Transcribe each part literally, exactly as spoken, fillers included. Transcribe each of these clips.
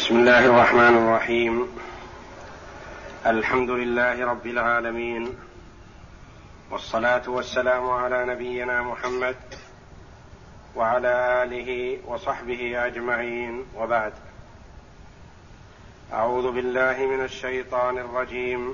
بسم الله الرحمن الرحيم. الحمد لله رب العالمين، والصلاة والسلام على نبينا محمد وعلى آله وصحبه أجمعين، وبعد. أعوذ بالله من الشيطان الرجيم.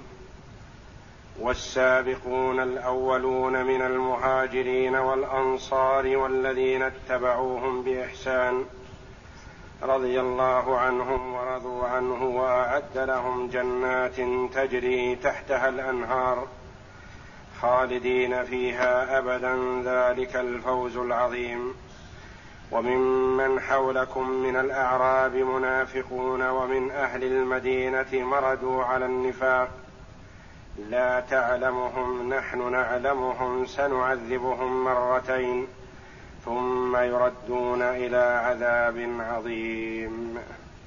والسابقون الأولون من المهاجرين والأنصار والذين اتبعوهم بإحسان رضي الله عنهم ورضوا عنه وأعد لهم جنات تجري تحتها الأنهار خالدين فيها أبدا، ذلك الفوز العظيم. وممن حولكم من الأعراب منافقون ومن أهل المدينة مردوا على النفاق لا تعلمهم نحن نعلمهم سنعذبهم مرتين ثم يردون إلى عذاب عظيم.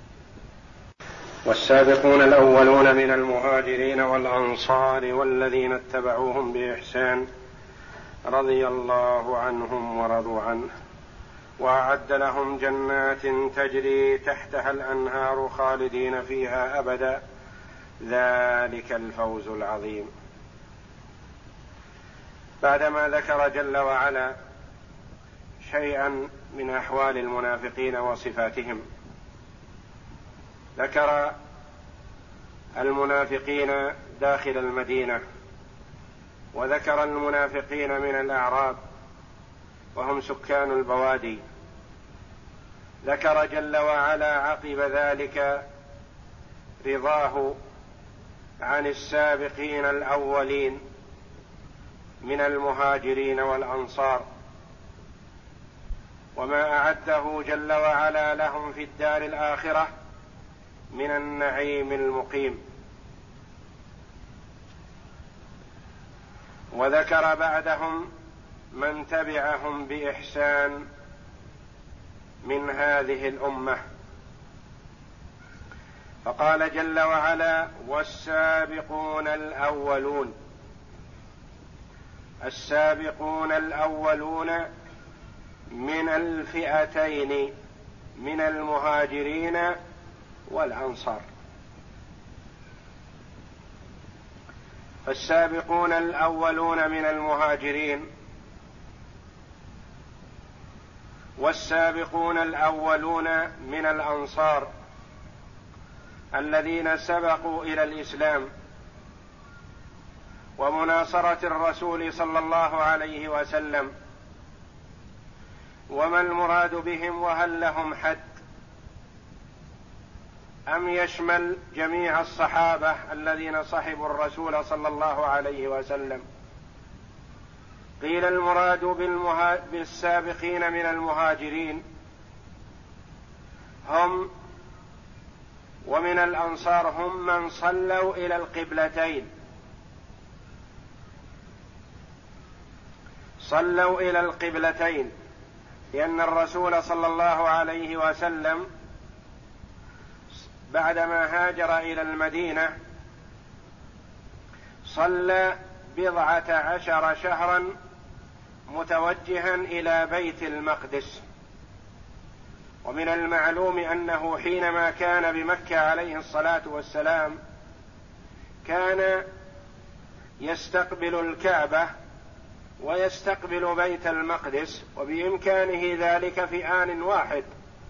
والسابقون الأولون من المهاجرين والأنصار والذين اتبعوهم بإحسان رضي الله عنهم ورضوا عنه وأعد لهم جنات تجري تحتها الأنهار خالدين فيها أبدا، ذلك الفوز العظيم. بعدما ذكر جل وعلا شيئا من أحوال المنافقين وصفاتهم، ذكر المنافقين داخل المدينة، وذكر المنافقين من الأعراب وهم سكان البوادي. ذكر جل وعلا عقب ذلك رضاه عن السابقين الأولين من المهاجرين والأنصار، وما أعده جل وعلا لهم في الدار الآخرة من النعيم المقيم. وذكر بعدهم من تبعهم بإحسان من هذه الأمة، فقال جل وعلا: والسابقون الأولون. السابقون الأولون من الفئتين من المهاجرين والأنصار. فالسابقون الأولون من المهاجرين والسابقون الأولون من الأنصار الذين سبقوا إلى الإسلام ومناصرة الرسول صلى الله عليه وسلم. وما المراد بهم وهل لهم حد؟ أم يشمل جميع الصحابة الذين صحبوا الرسول صلى الله عليه وسلم؟ قيل المراد بالمها... بالسابقين من المهاجرين هم ومن الأنصار هم من صلوا إلى القبلتين، صلوا إلى القبلتين، لأن الرسول صلى الله عليه وسلم بعدما هاجر إلى المدينة صلى بضعة عشر شهرا متوجها إلى بيت المقدس. ومن المعلوم أنه حينما كان بمكة عليه الصلاة والسلام كان يستقبل الكعبة ويستقبل بيت المقدس، وبإمكانه ذلك في آن واحد.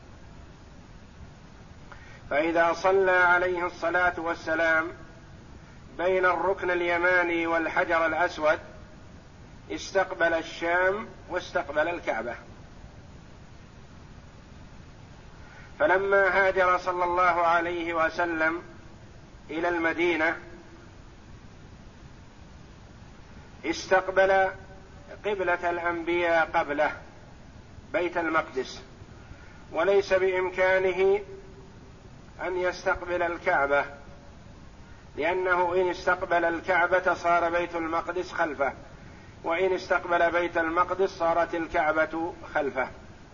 فإذا صلى عليه الصلاة والسلام بين الركن اليماني والحجر الأسود استقبل الشام واستقبل الكعبة. فلما هاجر صلى الله عليه وسلم إلى المدينة استقبل قبلة الأنبياء قبله بيت المقدس، وليس بإمكانه أن يستقبل الكعبة، لأنه إن استقبل الكعبة صار بيت المقدس خلفه، وإن استقبل بيت المقدس صارت الكعبة خلفه.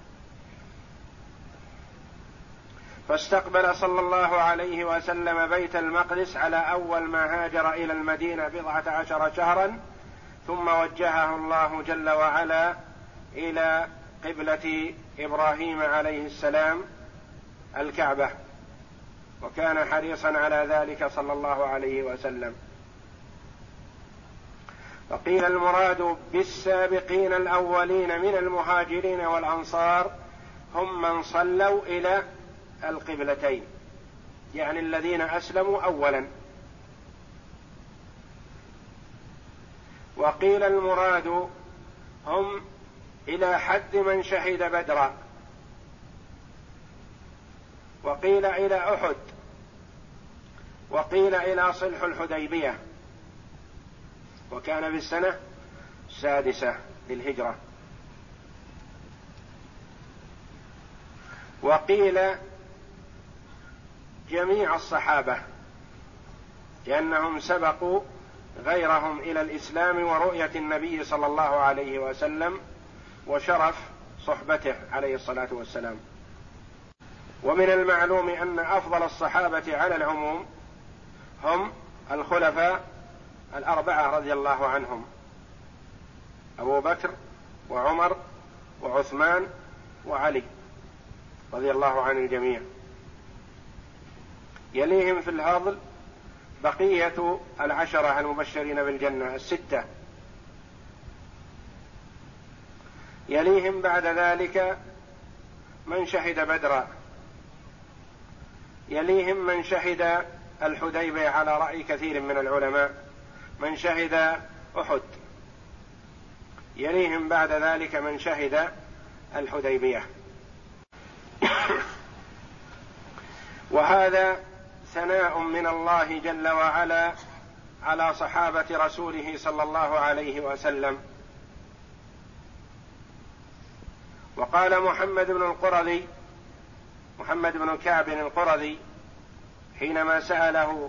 فاستقبل صلى الله عليه وسلم بيت المقدس على أول ما هاجر إلى المدينة بضعة عشر شهرا، ثم وجهه الله جل وعلا إلى قبلة إبراهيم عليه السلام الكعبة. وكان حريصا على ذلك صلى الله عليه وسلم. فقيل المراد بالسابقين الأولين من المهاجرين والأنصار هم من صلوا إلى القبلتين، يعني الذين أسلموا أولا. وقيل المراد هم إلى حد من شهد بدرا، وقيل إلى أحد، وقيل إلى صلح الحديبية، وكان في السنة السادسة للهجرة. وقيل جميع الصحابة لأنهم سبقوا غيرهم إلى الإسلام ورؤية النبي صلى الله عليه وسلم وشرف صحبته عليه الصلاة والسلام. ومن المعلوم أن أفضل الصحابة على العموم هم الخلفاء الأربعة رضي الله عنهم: أبو بكر وعمر وعثمان وعلي رضي الله عن الجميع. يليهم في الفضل بقية العشرة المبشرين بالجنة الستة. يليهم بعد ذلك من شهد بدرا. يليهم من شهد الحديبية على رأي كثير من العلماء، من شهد أحد. يليهم بعد ذلك من شهد الحديبية. وهذا ثناء من الله جل وعلا على صحابة رسوله صلى الله عليه وسلم. وقال محمد بن القرظي محمد بن كعب القرظي حينما سأله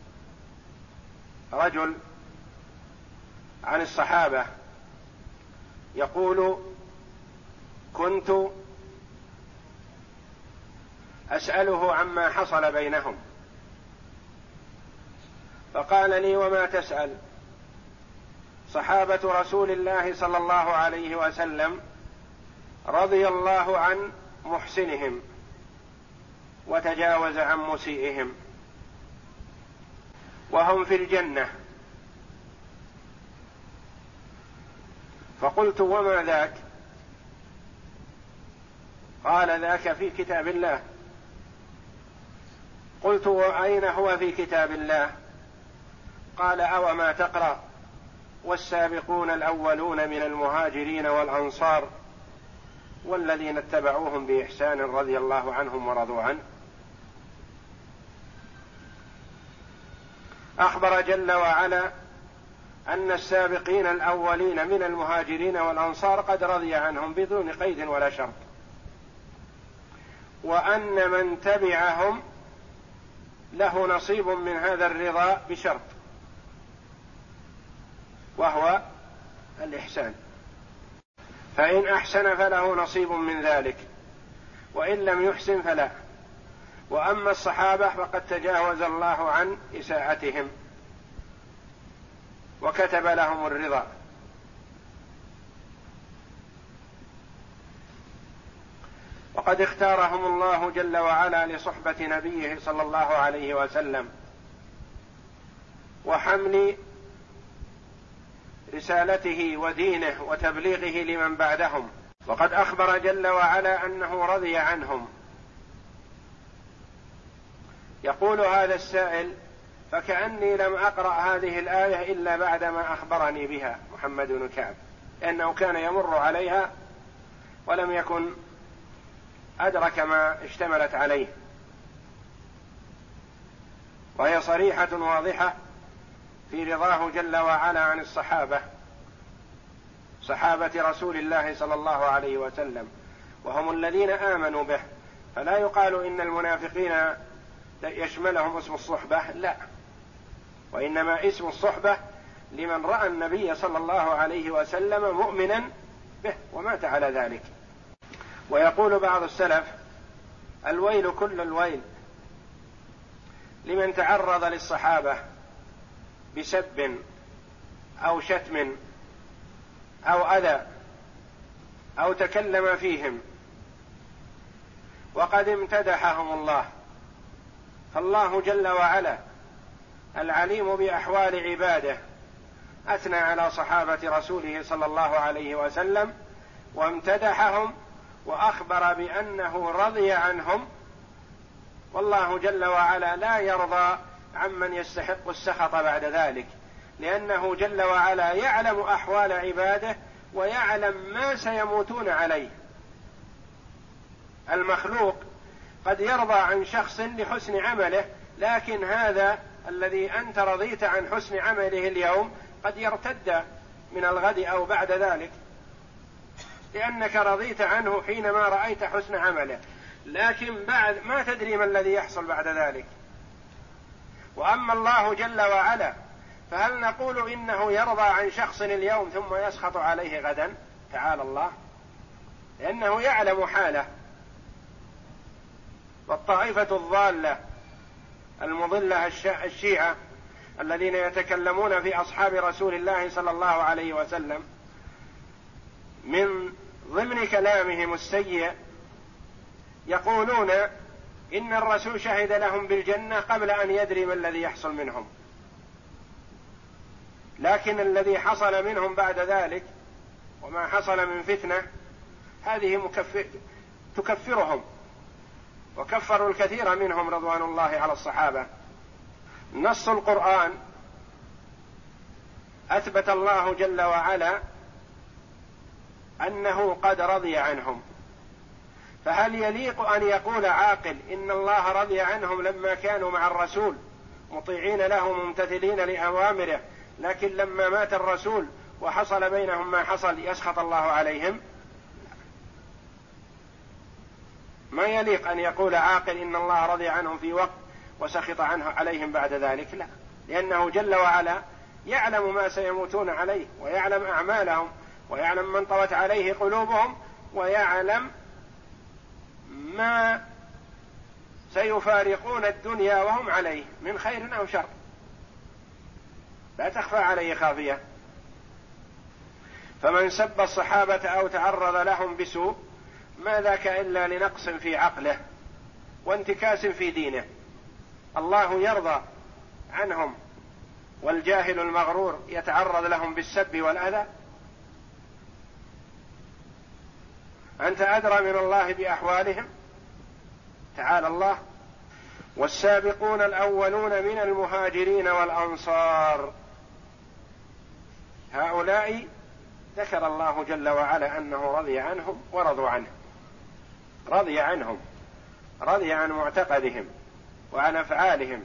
رجل عن الصحابة يقول: كنت أسأله عما حصل بينهم، فقال لي: وما تسأل؟ صحابة رسول الله صلى الله عليه وسلم رضي الله عن محسنهم وتجاوز عن مسيئهم، وهم في الجنة. فقلت: وما ذاك؟ قال: ذاك في كتاب الله. قلت: وأين هو في كتاب الله؟ قال: أو ما تقرأ: والسابقون الأولون من المهاجرين والأنصار والذين اتبعوهم بإحسان رضي الله عنهم ورضوا عنه. أخبر جل وعلا أن السابقين الأولين من المهاجرين والأنصار قد رضي عنهم بدون قيد ولا شرط، وأن من تبعهم له نصيب من هذا الرضا بشرط، وهو الإحسان. فإن أحسن فله نصيب من ذلك، وإن لم يحسن فلا. وأما الصحابة فقد تجاوز الله عن إساءتهم وكتب لهم الرضا. وقد اختارهم الله جل وعلا لصحبة نبيه صلى الله عليه وسلم وحمل رسالته ودينه وتبليغه لمن بعدهم. وقد أخبر جل وعلا أنه رضي عنهم. يقول هذا السائل: فكأني لم أقرأ هذه الآية إلا بعدما أخبرني بها محمد بن كعب، لأنه كان يمر عليها ولم يكن أدرك ما اشتملت عليه، وهي صريحة واضحة في رضاه جل وعلا عن الصحابة، صحابة رسول الله صلى الله عليه وسلم، وهم الذين آمنوا به. فلا يقال إن المنافقين يشملهم اسم الصحبة، لا، وإنما اسم الصحبة لمن رأى النبي صلى الله عليه وسلم مؤمنا به ومات على ذلك. ويقول بعض السلف: الويل كل الويل لمن تعرض للصحابة بسب أو شتم أو أذى أو تكلم فيهم وقد امتدحهم الله، فالله جل وعلا العليم بأحوال عباده أثنى على صحابة رسوله صلى الله عليه وسلم وامتدحهم وأخبر بأنه رضي عنهم، والله جل وعلا لا يرضى عمن يستحق السخط بعد ذلك، لأنه جل وعلا يعلم أحوال عباده ويعلم ما سيموتون عليه. المخلوق قد يرضى عن شخص لحسن عمله، لكن هذا الذي أنت رضيت عن حسن عمله اليوم قد يرتد من الغد أو بعد ذلك، لأنك رضيت عنه حينما رأيت حسن عمله، لكن بعد ما تدري ما الذي يحصل بعد ذلك. وأما الله جل وعلا فهل نقول إنه يرضى عن شخص اليوم ثم يسخط عليه غدا؟ تعالى الله، لأنه يعلم حاله. والطائفة الضالة المضلة الشيعة الذين يتكلمون في أصحاب رسول الله صلى الله عليه وسلم من ضمن كلامهم السيء يقولون إن الرسول شهد لهم بالجنة قبل أن يدري ما الذي يحصل منهم، لكن الذي حصل منهم بعد ذلك وما حصل من فتنة هذه مكفر تكفرهم، وكفروا الكثير منهم رضوان الله على الصحابة. نص القرآن أثبت الله جل وعلا أنه قد رضي عنهم، فهل يليق أن يقول عاقل إن الله رضي عنهم لما كانوا مع الرسول مطيعين له ممتثلين لأوامره، لكن لما مات الرسول وحصل بينهم ما حصل يسخط الله عليهم؟ ما يليق أن يقول عاقل إن الله رضي عنهم في وقت وسخط عنه عليهم بعد ذلك، لا، لأنه جل وعلا يعلم ما سيموتون عليه ويعلم أعمالهم ويعلم من طوت عليه قلوبهم ويعلم ما سيفارقون الدنيا وهم عليه من خير أو شر، لا تخفى عليه خافية. فمن سب الصحابة أو تعرض لهم بسوء ما ذاك إلا لنقص في عقله وانتكاس في دينه. الله يرضى عنهم والجاهل المغرور يتعرض لهم بالسب والأذى؟ أنت أدرى من الله بأحوالهم؟ تعالى الله. والسابقون الأولون من المهاجرين والأنصار، هؤلاء ذكر الله جل وعلا أنه رضي عنهم ورضوا عنه، رضي عنهم، رضي عن معتقدهم وعن أفعالهم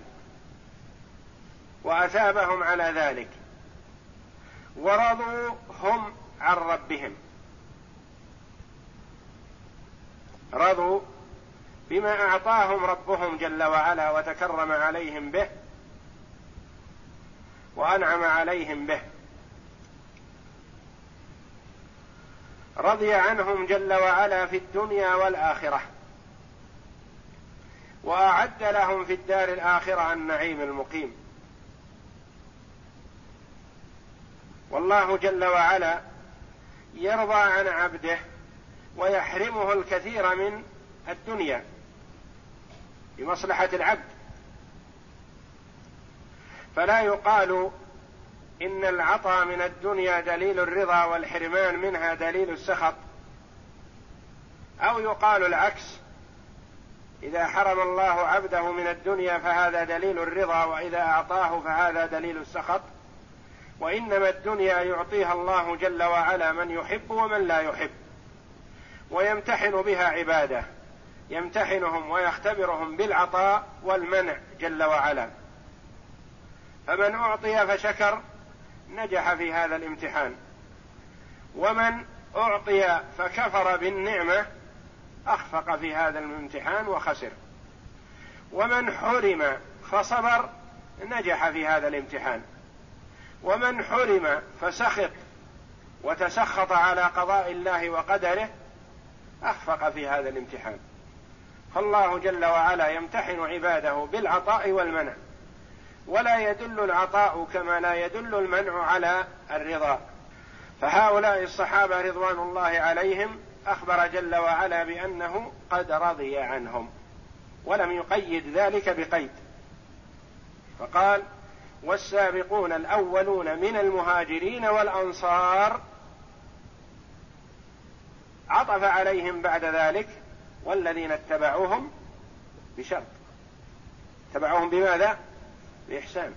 وأثابهم على ذلك، ورضوا هم عن ربهم، رضوا بما أعطاهم ربهم جل وعلا وتكرم عليهم به وأنعم عليهم به. رضي عنهم جل وعلا في الدنيا والآخرة، وأعد لهم في الدار الآخرة النعيم المقيم. والله جل وعلا يرضى عن عبده ويحرمه الكثير من الدنيا لمصلحة العبد، فلا يقال إن العطاء من الدنيا دليل الرضا والحرمان منها دليل السخط، أو يقال العكس، إذا حرم الله عبده من الدنيا فهذا دليل الرضا وإذا أعطاه فهذا دليل السخط. وإنما الدنيا يعطيها الله جل وعلا من يحب ومن لا يحب، ويمتحن بها عباده، يمتحنهم ويختبرهم بالعطاء والمنع جل وعلا. فمن أعطي فشكر نجح في هذا الامتحان، ومن أعطي فكفر بالنعمة أخفق في هذا الامتحان وخسر، ومن حرم فصبر نجح في هذا الامتحان، ومن حرم فسخط وتسخط على قضاء الله وقدره أخفق في هذا الامتحان. فالله جل وعلا يمتحن عباده بالعطاء والمنع، ولا يدل العطاء كما لا يدل المنع على الرضا. فهؤلاء الصحابة رضوان الله عليهم أخبر جل وعلا بأنه قد رضي عنهم، ولم يقيد ذلك بقيد، فقال والسابقون الأولون من المهاجرين والأنصار، عطف عليهم بعد ذلك والذين اتبعوهم بشرط، اتبعوهم بماذا؟ بإحسان.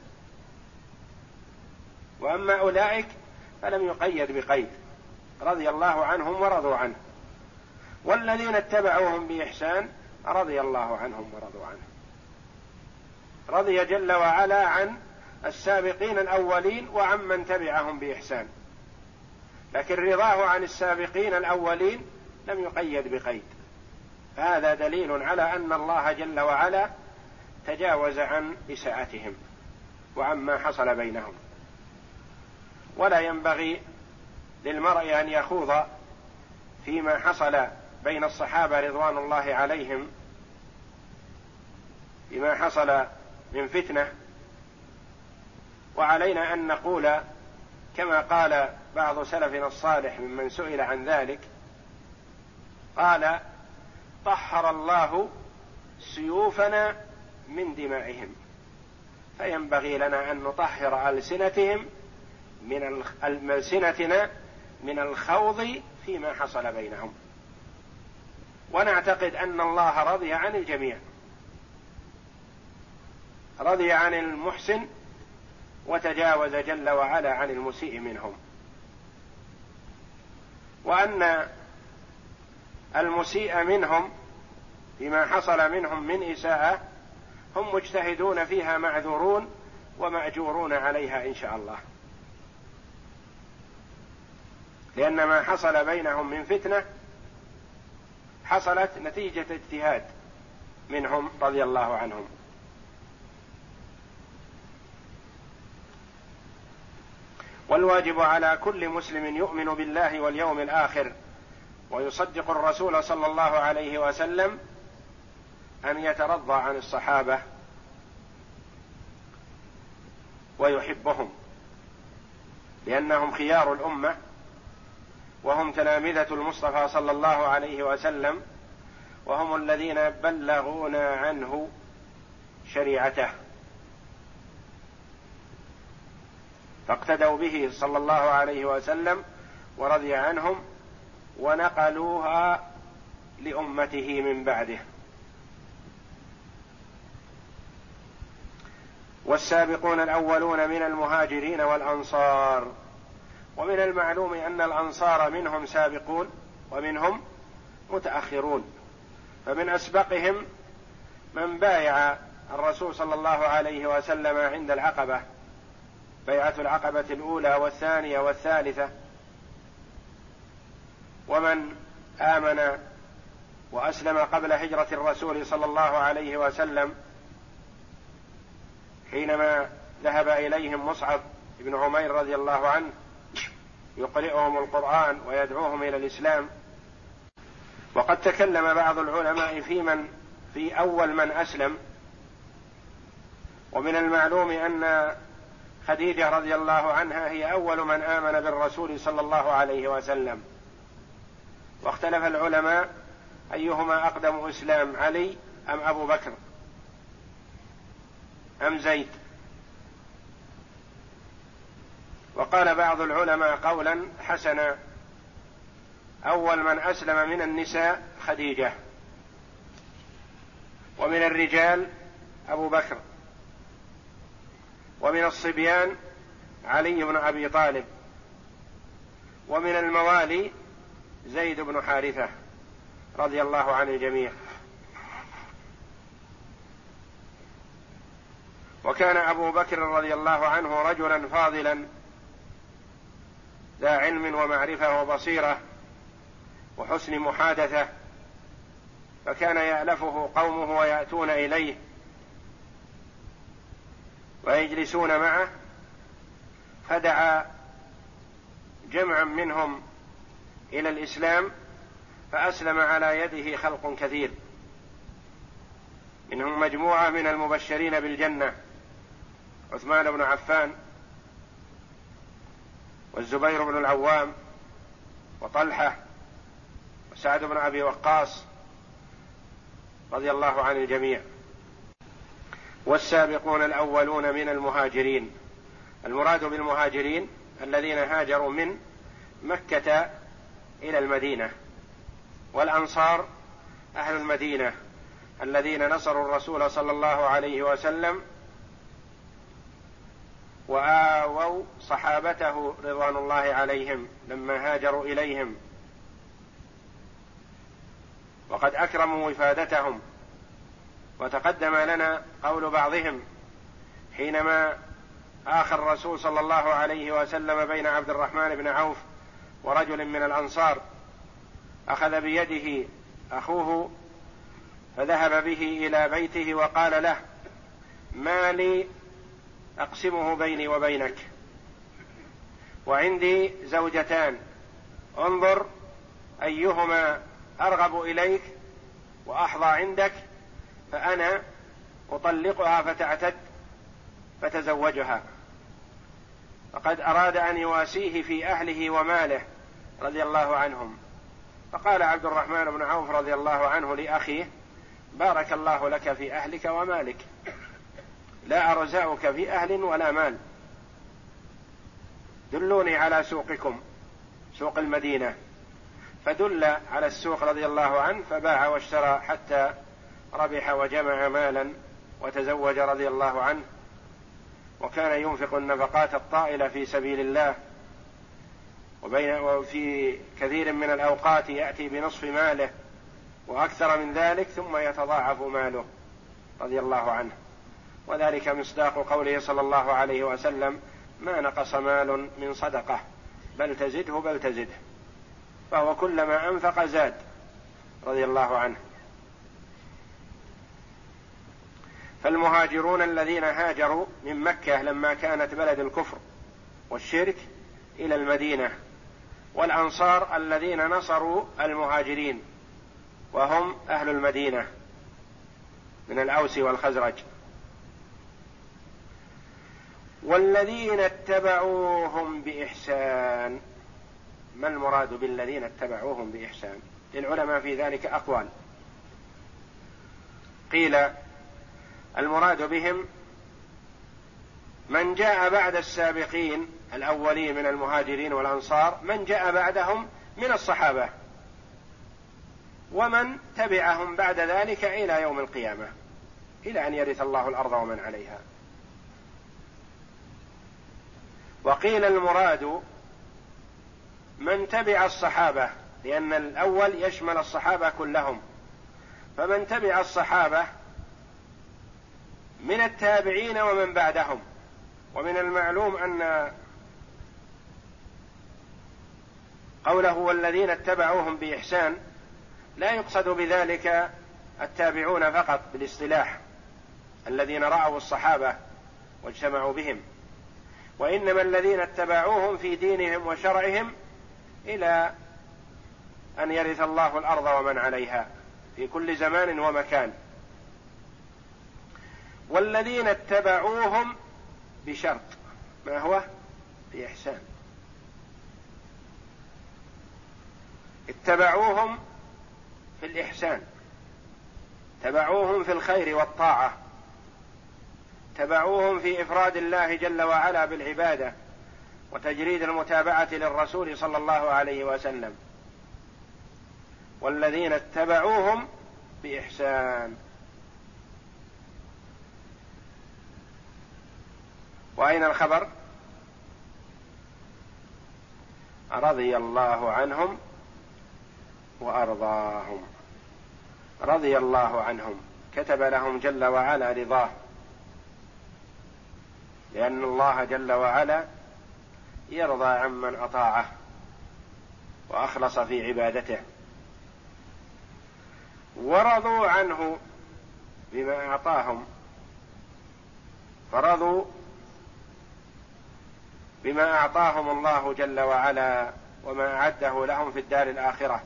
وأما أولئك فلم يقيد بقيد، رضي الله عنهم ورضوا عنه، والذين اتبعوهم بإحسان رضي الله عنهم ورضوا عنه. رضي جل وعلا عن السابقين الأولين وعن من تبعهم بإحسان، لكن رضاه عن السابقين الأولين لم يقيد بقيد. هذا دليل على أن الله جل وعلا تجاوز عن إساءتهم وعما حصل بينهم. ولا ينبغي للمرء أن يخوض فيما حصل بين الصحابة رضوان الله عليهم، بما حصل من فتنة، وعلينا أن نقول كما قال بعض سلفنا الصالح ممن سئل عن ذلك، قال طهر الله سيوفنا من دمائهم، فينبغي لنا أن نطهر ألسنتهم من ألسنتنا من الخوض فيما حصل بينهم، ونعتقد أن الله رضي عن الجميع، رضي عن المحسن وتجاوز جل وعلا عن المسيء منهم، وأن المسيء منهم بما حصل منهم من إساءة هم مجتهدون فيها معذورون ومأجورون عليها إن شاء الله، لأن ما حصل بينهم من فتنة حصلت نتيجة اجتهاد منهم رضي الله عنهم. والواجب على كل مسلم يؤمن بالله واليوم الآخر ويصدق الرسول صلى الله عليه وسلم أن يترضى عن الصحابة ويحبهم، لأنهم خيار الأمة وهم تلامذة المصطفى صلى الله عليه وسلم، وهم الذين بلغونا عنه شريعته، فاقتدوا به صلى الله عليه وسلم ورضي عنهم ونقلوها لأمته من بعده. والسابقون الأولون من المهاجرين والأنصار، ومن المعلوم أن الأنصار منهم سابقون ومنهم متأخرون، فمن أسبقهم من بايع الرسول صلى الله عليه وسلم عند العقبة، بيعة العقبة الأولى والثانية والثالثة، ومن آمن وأسلم قبل هجرة الرسول صلى الله عليه وسلم حينما ذهب إليهم مصعب بن عمير رضي الله عنه يقرئهم القرآن ويدعوهم إلى الإسلام. وقد تكلم بعض العلماء في من في أول من أسلم، ومن المعلوم أن خديجة رضي الله عنها هي أول من آمن بالرسول صلى الله عليه وسلم، واختلف العلماء أيهما أقدم إسلام، علي أم أبو بكر أم زيد. وقال بعض العلماء قولا حسنا، أول من أسلم من النساء خديجة، ومن الرجال أبو بكر، ومن الصبيان علي بن أبي طالب، ومن الموالي زيد بن حارثة رضي الله عن الجميع. وكان أبو بكر رضي الله عنه رجلا فاضلا ذا علم ومعرفة وبصيرة وحسن محادثة، فكان يألفه قومه ويأتون إليه ويجلسون معه، فدعا جمعا منهم إلى الإسلام فأسلم على يده خلق كثير، منهم مجموعة من المبشرين بالجنة، عثمان بن عفان والزبير بن العوام وطلحة وسعد بن أبي وقاص رضي الله عن الجميع. والسابقون الأولون من المهاجرين، المراد بالمهاجرين الذين هاجروا من مكة إلى المدينة، والأنصار أهل المدينة الذين نصروا الرسول صلى الله عليه وسلم وآووا صحابته رضوان الله عليهم لما هاجروا إليهم، وقد أكرموا وفادتهم. وتقدم لنا قول بعضهم حينما آخى الرسول صلى الله عليه وسلم بين عبد الرحمن بن عوف ورجل من الأنصار، أخذ بيده أخوه فذهب به إلى بيته وقال له: ما لي أقسمه بيني وبينك، وعندي زوجتان، انظر أيهما أرغب إليك وأحظى عندك، فأنا أطلقها فتعتد فتزوجها. فقد أراد أن يواسيه في أهله وماله رضي الله عنهم. فقال عبد الرحمن بن عوف رضي الله عنه لأخيه: بارك الله لك في أهلك ومالك، لا أرزاؤك في أهل ولا مال، دلوني على سوقكم، سوق المدينة. فدل على السوق رضي الله عنه، فباع واشترى حتى ربح وجمع مالا وتزوج رضي الله عنه. وكان ينفق النفقات الطائلة في سبيل الله، وفي كثير من الأوقات يأتي بنصف ماله وأكثر من ذلك، ثم يتضاعف ماله رضي الله عنه. وذلك مصداق قوله صلى الله عليه وسلم: ما نقص مال من صدقة بل تزده بل تزده، فهو كلما أنفق زاد رضي الله عنه. فالمهاجرون الذين هاجروا من مكة لما كانت بلد الكفر والشرك إلى المدينة، والأنصار الذين نصروا المهاجرين وهم أهل المدينة من الأوس والخزرج. والذين اتبعوهم بإحسان، ما المراد بالذين اتبعوهم بإحسان؟ للعلماء في ذلك أقوال. قيل المراد بهم من جاء بعد السابقين الأولين من المهاجرين والأنصار، من جاء بعدهم من الصحابة، ومن تبعهم بعد ذلك إلى يوم القيامة، إلى أن يرث الله الأرض ومن عليها. وقيل المراد من تبع الصحابة، لأن الأول يشمل الصحابة كلهم، فمن تبع الصحابة من التابعين ومن بعدهم. ومن المعلوم أن قوله والذين اتبعوهم بإحسان لا يقصد بذلك التابعون فقط بالاصطلاح الذين رأوا الصحابة واجتمعوا بهم، وإنما الذين اتبعوهم في دينهم وشرعهم إلى أن يرث الله الأرض ومن عليها في كل زمان ومكان. والذين اتبعوهم بشرط، ما هو؟ بإحسان. اتبعوهم في الإحسان، تبعوهم في الخير والطاعة، تبعوهم في إفراد الله جل وعلا بالعبادة وتجريد المتابعة للرسول صلى الله عليه وسلم. والذين اتبعوهم بإحسان. وأين الخبر؟ رضي الله عنهم وأرضاهم. رضي الله عنهم، كتب لهم جل وعلا رضاه، لأن الله جل وعلا يرضى عمن أطاعه وأخلص في عبادته. ورضوا عنه بما أعطاهم، فرضوا بما أعطاهم الله جل وعلا وما أعده لهم في الدار الآخرة،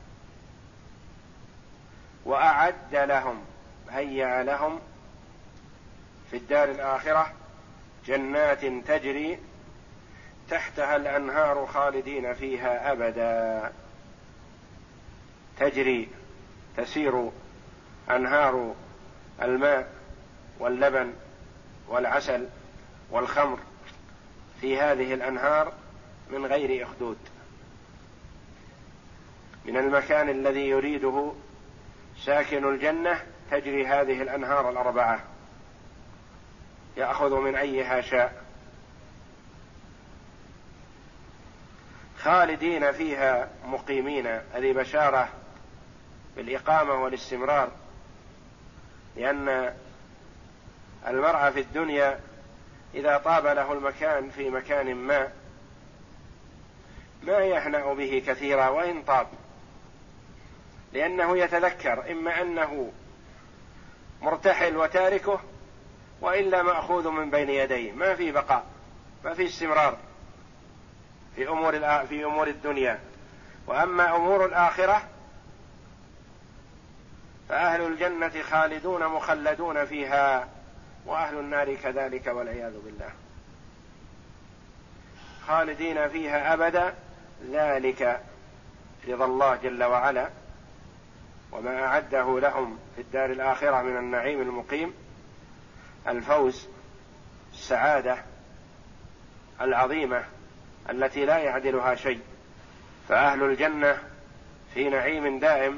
وأعد لهم هيأ لهم في الدار الآخرة جنات تجري تحتها الأنهار خالدين فيها أبدا. تجري تسير أنهار الماء واللبن والعسل والخمر في هذه الأنهار من غير أخدود، من المكان الذي يريده ساكن الجنة تجري هذه الأنهار الأربعة، يأخذ من أيها شاء، خالدين فيها مقيمين. هذه بشارة بالإقامة والاستمرار، لأن المرء في الدنيا إذا طاب له المكان في مكان ما ما يهنأ به كثيرا وإن طاب، لأنه يتذكر إما أنه مرتحل وتاركه، وإلا مأخوذ من بين يديه، ما في بقاء، ما في استمرار في أمور في أمور الدنيا. وأما أمور الآخرة فأهل الجنة خالدون مخلدون فيها، وأهل النار كذلك والعياذ بالله، خالدين فيها أبدا، ذلك رضا الله جل وعلا وما أعده لهم في الدار الآخرة من النعيم المقيم، الفوز، السعادة العظيمة التي لا يعدلها شيء. فأهل الجنة في نعيم دائم،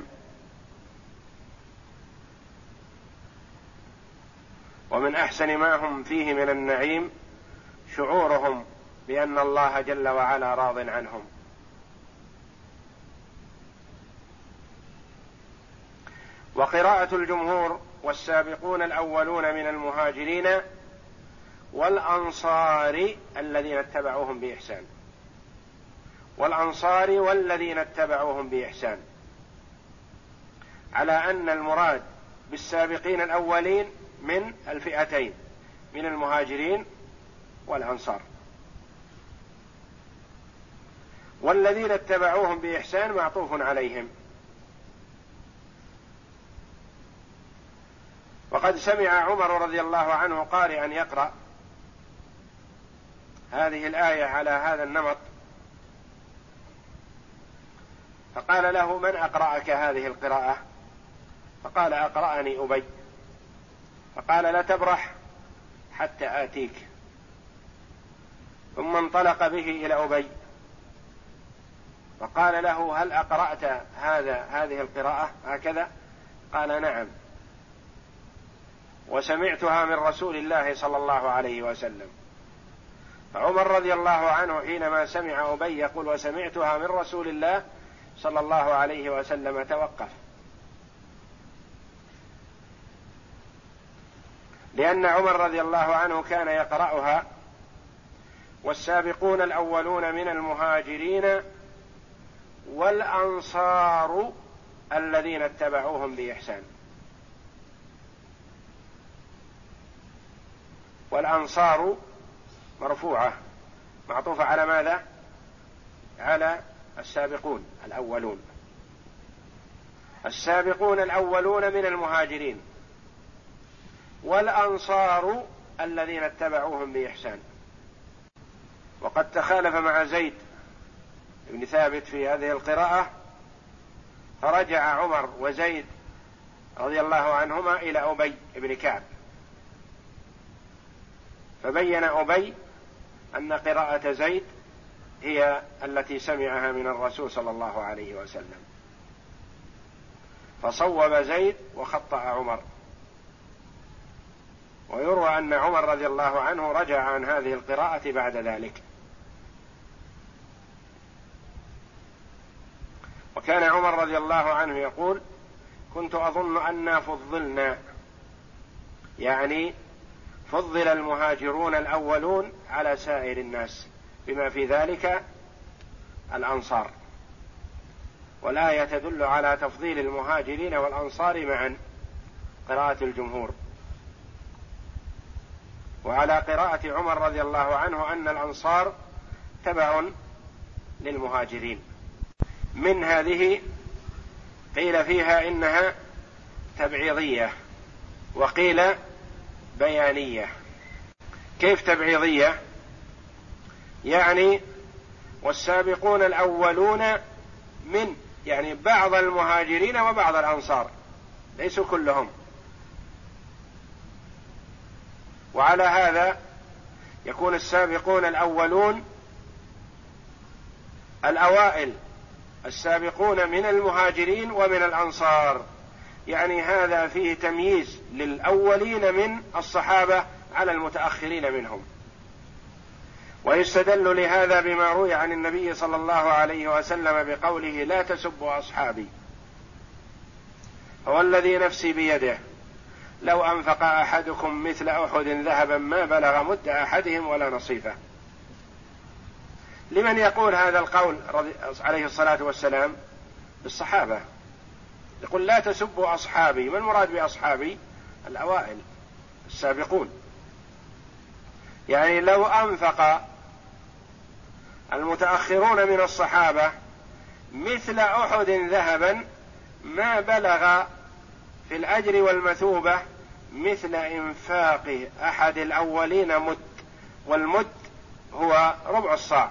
ومن أحسن ما هم فيه من النعيم شعورهم بأن الله جل وعلا راض عنهم. وقراءة الجمهور: والسابقون الأولون من المهاجرين والأنصار الذين اتبعوهم بإحسان، والأنصار والذين اتبعوهم بإحسان، على أن المراد بالسابقين الأولين من الفئتين، من المهاجرين والأنصار، والذين اتبعوهم بإحسان معطوف عليهم. وقد سمع عمر رضي الله عنه قارئا يقرأ هذه الآية على هذا النمط، فقال له: من أقرأك هذه القراءة؟ فقال: أقرأني أبي. فقال: لا تبرح حتى آتيك. ثم انطلق به إلى أبي فقال له: هل أقرأت هذا هذه القراءة هكذا؟ قال: نعم، وسمعتها من رسول الله صلى الله عليه وسلم. فعمر رضي الله عنه حينما سمع أبي يقول: وسمعتها من رسول الله صلى الله عليه وسلم، توقف، لأن عمر رضي الله عنه كان يقرأها: والسابقون الأولون من المهاجرين والأنصار الذين اتبعوهم بإحسان. والأنصار مرفوعة معطوفة على ماذا؟ على السابقون الأولون. السابقون الأولون من المهاجرين والأنصار الذين اتبعوهم بإحسان. وقد تخالف مع زيد بن ثابت في هذه القراءة، فرجع عمر وزيد رضي الله عنهما إلى أبي بن كعب، فبين أبي أن قراءة زيد هي التي سمعها من الرسول صلى الله عليه وسلم، فصوب زيد وخطأ عمر. ويروى أن عمر رضي الله عنه رجع عن هذه القراءة بعد ذلك. وكان عمر رضي الله عنه يقول: كنت أظن أننا فضلنا، يعني فضل المهاجرون الأولون على سائر الناس، بما في ذلك الأنصار. والآية تدل على تفضيل المهاجرين والأنصار معا، قراءة الجمهور. وعلى قراءة عمر رضي الله عنه أن الأنصار تبع للمهاجرين. من هذه قيل فيها إنها تبعيضية، وقيل بيانية. كيف تبعيضية؟ يعني والسابقون الأولون من، يعني بعض المهاجرين وبعض الأنصار، ليسوا كلهم. وعلى هذا يكون السابقون الأولون الأوائل، السابقون من المهاجرين ومن الأنصار، يعني هذا فيه تمييز للأولين من الصحابة على المتأخرين منهم. ويستدل لهذا بما روي عن النبي صلى الله عليه وسلم بقوله: لا تسبوا أصحابي، هو الذي نفسي بيده لو أنفق أحدكم مثل أحد ذهبا ما بلغ مد أحدهم ولا نصيفه. لمن يقول هذا القول عليه الصلاة والسلام؟ للصحابة، يقول: لا تسبوا أصحابي. ما المراد بأصحابي؟ الأوائل السابقون، يعني لو أنفق المتأخرون من الصحابة مثل أحد ذهبا ما بلغ في الأجر والمثوبة مثل إنفاق أحد الأولين مد، والمد هو ربع الصاع،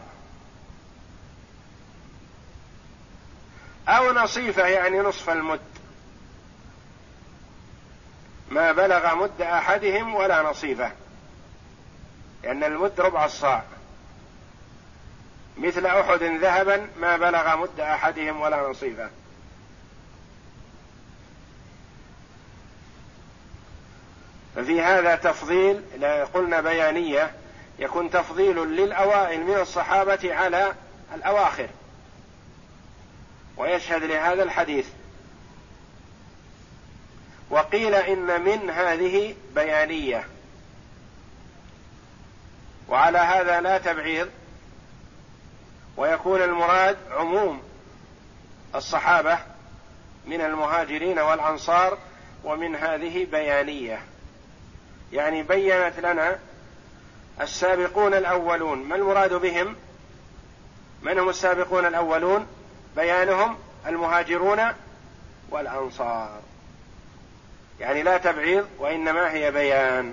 أو نصيفه يعني نصف المد، ما بلغ مد أحدهم ولا نصيفه، لأن المد ربع الصاع. مثل أحد ذهبا ما بلغ مد أحدهم ولا نصيفه. ففي هذا تفضيل، لا قلنا بيانية، يكون تفضيل للأوائل من الصحابة على الأواخر، ويشهد لهذا الحديث. وقيل إن من هذه بيانية، وعلى هذا لا تبعيض، ويكون المراد عموم الصحابة من المهاجرين والأنصار، ومن هذه بيانية، يعني بينت لنا السابقون الأولون. ما المراد بهم؟ من هم السابقون الأولون؟ بيانهم المهاجرون والأنصار، يعني لا تبعيض وإنما هي بيان.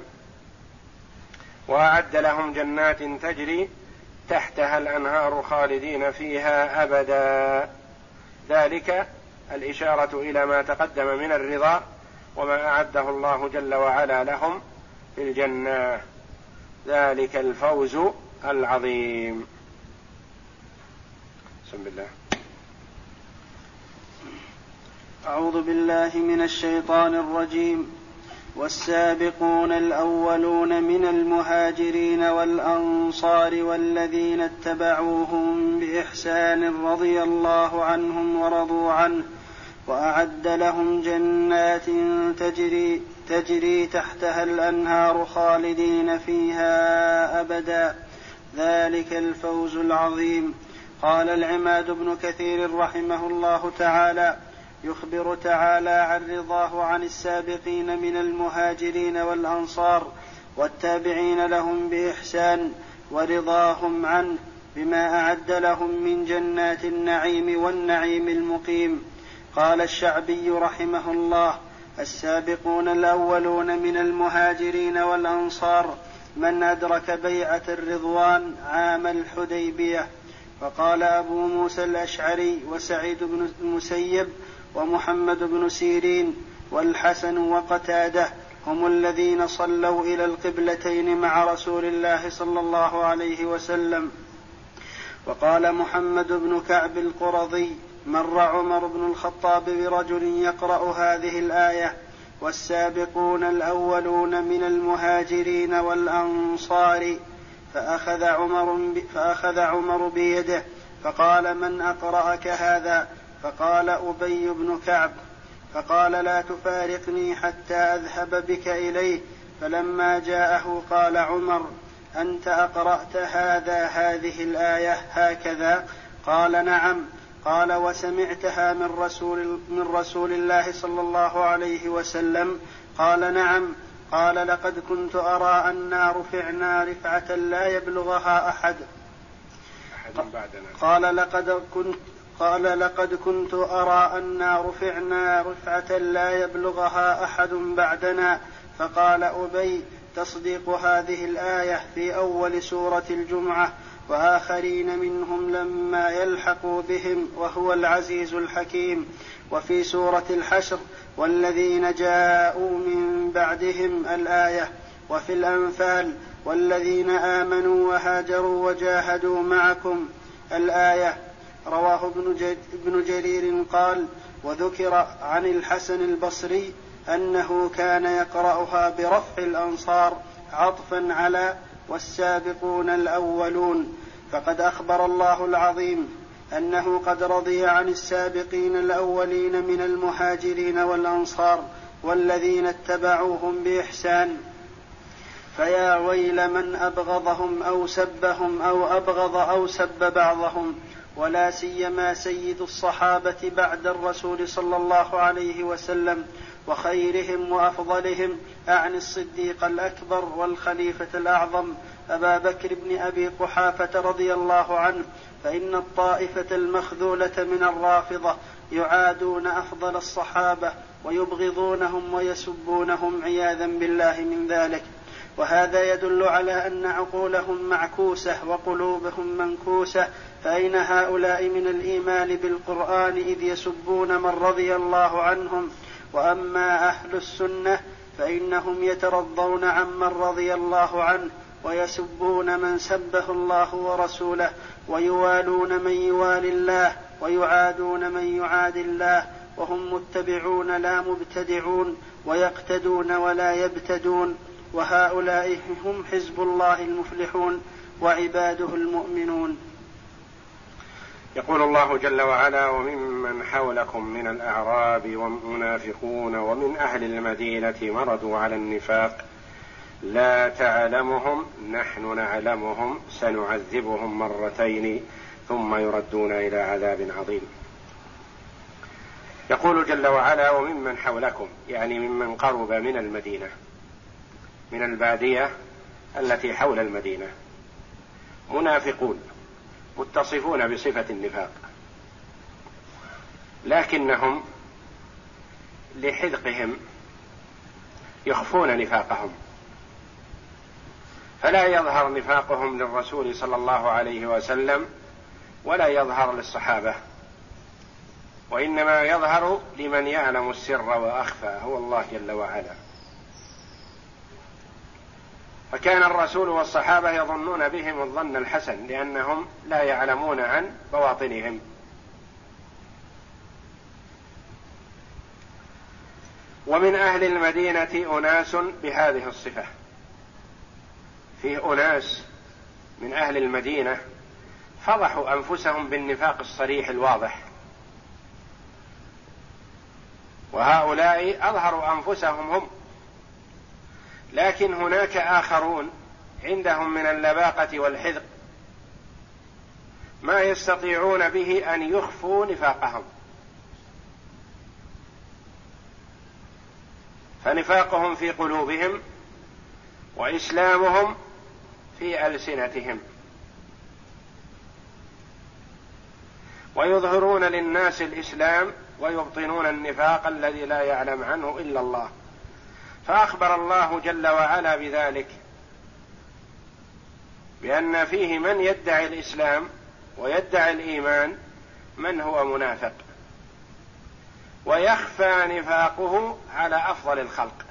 وأعد لهم جنات تجري تحتها الأنهار خالدين فيها أبدا، ذلك الإشارة إلى ما تقدم من الرضا وما أعده الله جل وعلا لهم في الجنة، ذلك الفوز العظيم. بسم الله. أعوذ بالله من الشيطان الرجيم. والسابقون الأولون من المهاجرين والأنصار والذين اتبعوهم بإحسان رضي الله عنهم ورضوا عنه وأعد لهم جنات تجري, تجري تحتها الأنهار خالدين فيها أبدا، ذلك الفوز العظيم. قال العماد بن كثير رحمه الله تعالى: يخبر تعالى عن رضاه عن السابقين من المهاجرين والأنصار والتابعين لهم بإحسان، ورضاهم عنه بما أعد لهم من جنات النعيم والنعيم المقيم. قال الشعبي رحمه الله: السابقون الأولون من المهاجرين والأنصار من أدرك بيعة الرضوان عام الحديبية. فقال أبو موسى الأشعري وسعيد بن المسيب ومحمد بن سيرين والحسن وقتاده هم الذين صلوا إلى القبلتين مع رسول الله صلى الله عليه وسلم. وقال محمد بن كعب القرظي: مر عمر بن الخطاب برجل يقرأ هذه الآية: والسابقون الأولون من المهاجرين والأنصار، فأخذ عمر, فأخذ عمر بيده فقال: من أقرأك هذا؟ فقال: أبي بن كعب. فقال: لا تفارقني حتى أذهب بك إليه. فلما جاءه قال عمر: أنت أقرأت هذا هذه الآية هكذا؟ قال: نعم. قال: وسمعتها من رسول, من رسول الله صلى الله عليه وسلم؟ قال: نعم. قال: لقد كنت أرى أنا رفعنا رفعة لا يبلغها أحد. قال: لقد كنت قال لقد كنت أرى أنا رفعنا رفعة لا يبلغها أحد بعدنا. فقال أبي: تصديق هذه الآية في أول سورة الجمعة، وآخرين منهم لما يلحقوا بهم، وهو العزيز الحكيم. وفي سورة الحشر والذين جاءوا من بعدهم الآية. وفي الأنفال والذين آمنوا وهاجروا وجاهدوا معكم الآية. رواه ابن جرير قال: وذكر عن الحسن البصري أنه كان يقرأها برفع الأنصار عطفا على والسابقون الأولون، فقد أخبر الله العظيم أنه قد رضي عن السابقين الأولين من المهاجرين والأنصار والذين اتبعوهم بإحسان، فيا ويل من أبغضهم أو سبهم أو أبغض أو سب بعضهم، ولا سيما سيد الصحابة بعد الرسول صلى الله عليه وسلم وخيرهم وأفضلهم، أعني الصديق الأكبر والخليفة الأعظم أبا بكر بن أبي قحافة رضي الله عنه، فإن الطائفة المخذولة من الرافضة يعادون أفضل الصحابة ويبغضونهم ويسبونهم عياذا بالله من ذلك. وهذا يدل على أن عقولهم معكوسة وقلوبهم منكوسة، فأين هؤلاء من الإيمان بالقرآن إذ يسبون من رضي الله عنهم؟ وأما أهل السنة فإنهم يترضون عمن رضي الله عنه ويسبون من سبه الله ورسوله، ويوالون من يوالي الله ويعادون من يعادي الله، وهم متبعون لا مبتدعون، ويقتدون ولا يبتدون، وهؤلاء هم حزب الله المفلحون وعباده المؤمنون. يقول الله جل وعلا: وممن حولكم من الأعراب ومنافقون ومن أهل المدينة مرضوا على النفاق لا تعلمهم نحن نعلمهم سنعذبهم مرتين ثم يردون إلى عذاب عظيم. يقول جل وعلا: وممن حولكم، يعني ممن قرب من المدينة، من البادية التي حول المدينة، منافقون متصفون بصفة النفاق، لكنهم لحذقهم يخفون نفاقهم، فلا يظهر نفاقهم للرسول صلى الله عليه وسلم ولا يظهر للصحابة، وإنما يظهر لمن يعلم السر وأخفى هو الله جل وعلا. فكان الرسول والصحابة يظنون بهم الظن الحسن لأنهم لا يعلمون عن بواطنهم. ومن أهل المدينة أناس بهذه الصفة، فيه أناس من أهل المدينة فضحوا أنفسهم بالنفاق الصريح الواضح، وهؤلاء أظهروا أنفسهم هم، لكن هناك آخرون عندهم من اللباقة والحذق ما يستطيعون به أن يخفوا نفاقهم، فنفاقهم في قلوبهم وإسلامهم في ألسنتهم، ويظهرون للناس الإسلام ويبطنون النفاق الذي لا يعلم عنه إلا الله. فأخبر الله جل وعلا بذلك، بأن فيه من يدعي الإسلام ويدعي الإيمان من هو منافق، ويخفى نفاقه على أفضل الخلق،